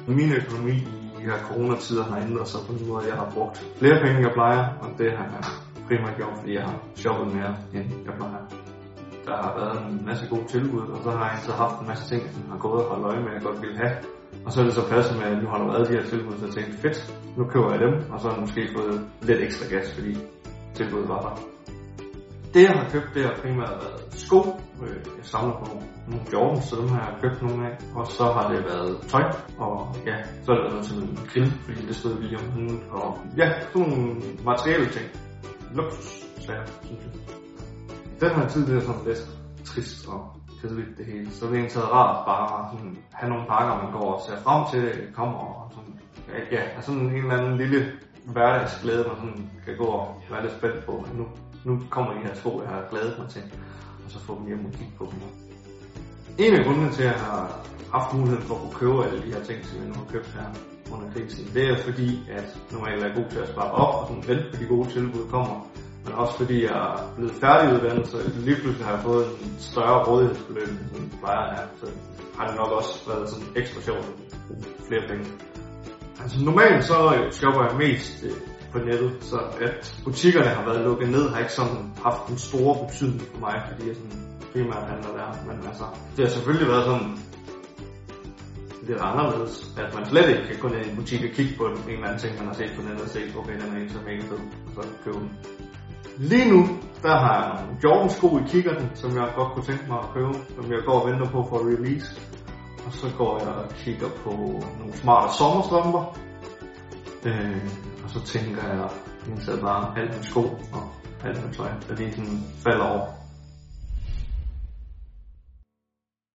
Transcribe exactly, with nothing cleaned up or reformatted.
Min økonomi i de her coronatider har ændret sig på den måde, at jeg har brugt flere penge, end jeg plejer, og det har jeg primært gjort, fordi jeg har shoppet mere, end jeg plejer. Der har været en masse gode tilbud, og så har jeg så haft en masse ting, som har gået og holdt øje med, at jeg godt ville have. Og så er det så passet med, at nu har der været de her tilbud, så jeg tænkte, fedt, nu køber jeg dem, og så har jeg måske fået lidt ekstra gas, fordi tilbuddet var der. Det jeg har købt, det har primært været sko. Jeg samler på nogle Jordans, så dem har jeg købt nogle af. Og så har det været tøj, og ja, så er det været noget til en grill, fordi det stod lige om hunden. Og ja, sådan nogle materielle ting. Luksussager, synes jeg. Den her tid, det er sådan lidt trist og kedeligt det hele. Så det er egentlig rart bare at have nogle pakker, man går og ser frem til, det kommer og sådan. Ja, sådan en eller anden lille hverdagsglæde, man sådan kan gå og være lidt spændt på. Nu, nu kommer de her sko, jeg har glædet mig til, og så få dem hjem og kigge på dem. En af grundene til, at jeg har haft muligheden for at kunne købe alle de her ting, som jeg nu har købt her under krisen, det er fordi, at normalt er jeg god til at spare op og sådan vente på de gode tilbud kommer. Men også fordi jeg er blevet færdiguddannet, så lige pludselig har jeg fået en større rådighedsbeløb, end jeg plejer her. Så har det nok også været sådan ekstra sjovt at bruge flere penge. Altså normalt så shopper jeg mest på nettet, så at butikkerne har været lukket ned, har ikke sådan haft en stor betydning for mig, fordi jeg sådan primært handler der. Men altså, det har selvfølgelig været sådan lidt anderledes, at man slet ikke kan gå ned i en butik og kigge på en eller anden ting, man har set på nettet og set, okay, den er ikke så mega fed, og så købe den. Lige nu, der har jeg nogle Jordan-sko i kikkerten, som jeg godt kunne tænke mig at købe, som jeg går og venter på for release. Og så går jeg og kigger på nogle smarte sommerstrømper. Øh, og så tænker jeg, at jeg bare alt med sko og alt med tøj, der lige sådan falder over.